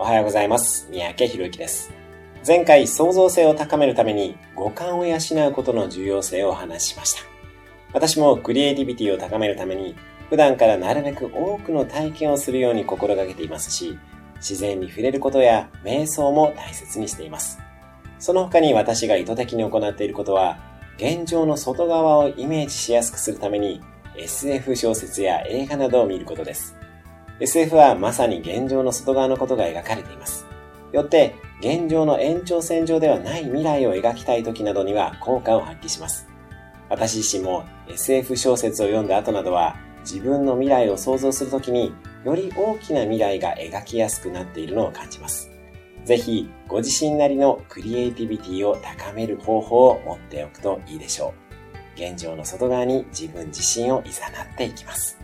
おはようございます。三宅宏之です。前回、創造性を高めるために五感を養うことの重要性をお話ししました。私もクリエイティビティを高めるために、普段からなるべく多くの体験をするように心がけていますし、自然に触れることや瞑想も大切にしています。その他に私が意図的に行っていることは、現状の外側をイメージしやすくするために SF 小説や映画などを見ることです。SF はまさに現状の外側のことが描かれています。よって、現状の延長線上ではない未来を描きたい時などには効果を発揮します。私自身も SF 小説を読んだ後などは、自分の未来を想像するときにより大きな未来が描きやすくなっているのを感じます。ぜひご自身なりのクリエイティビティを高める方法を持っておくといいでしょう。現状の外側に自分自身を誘っていきます。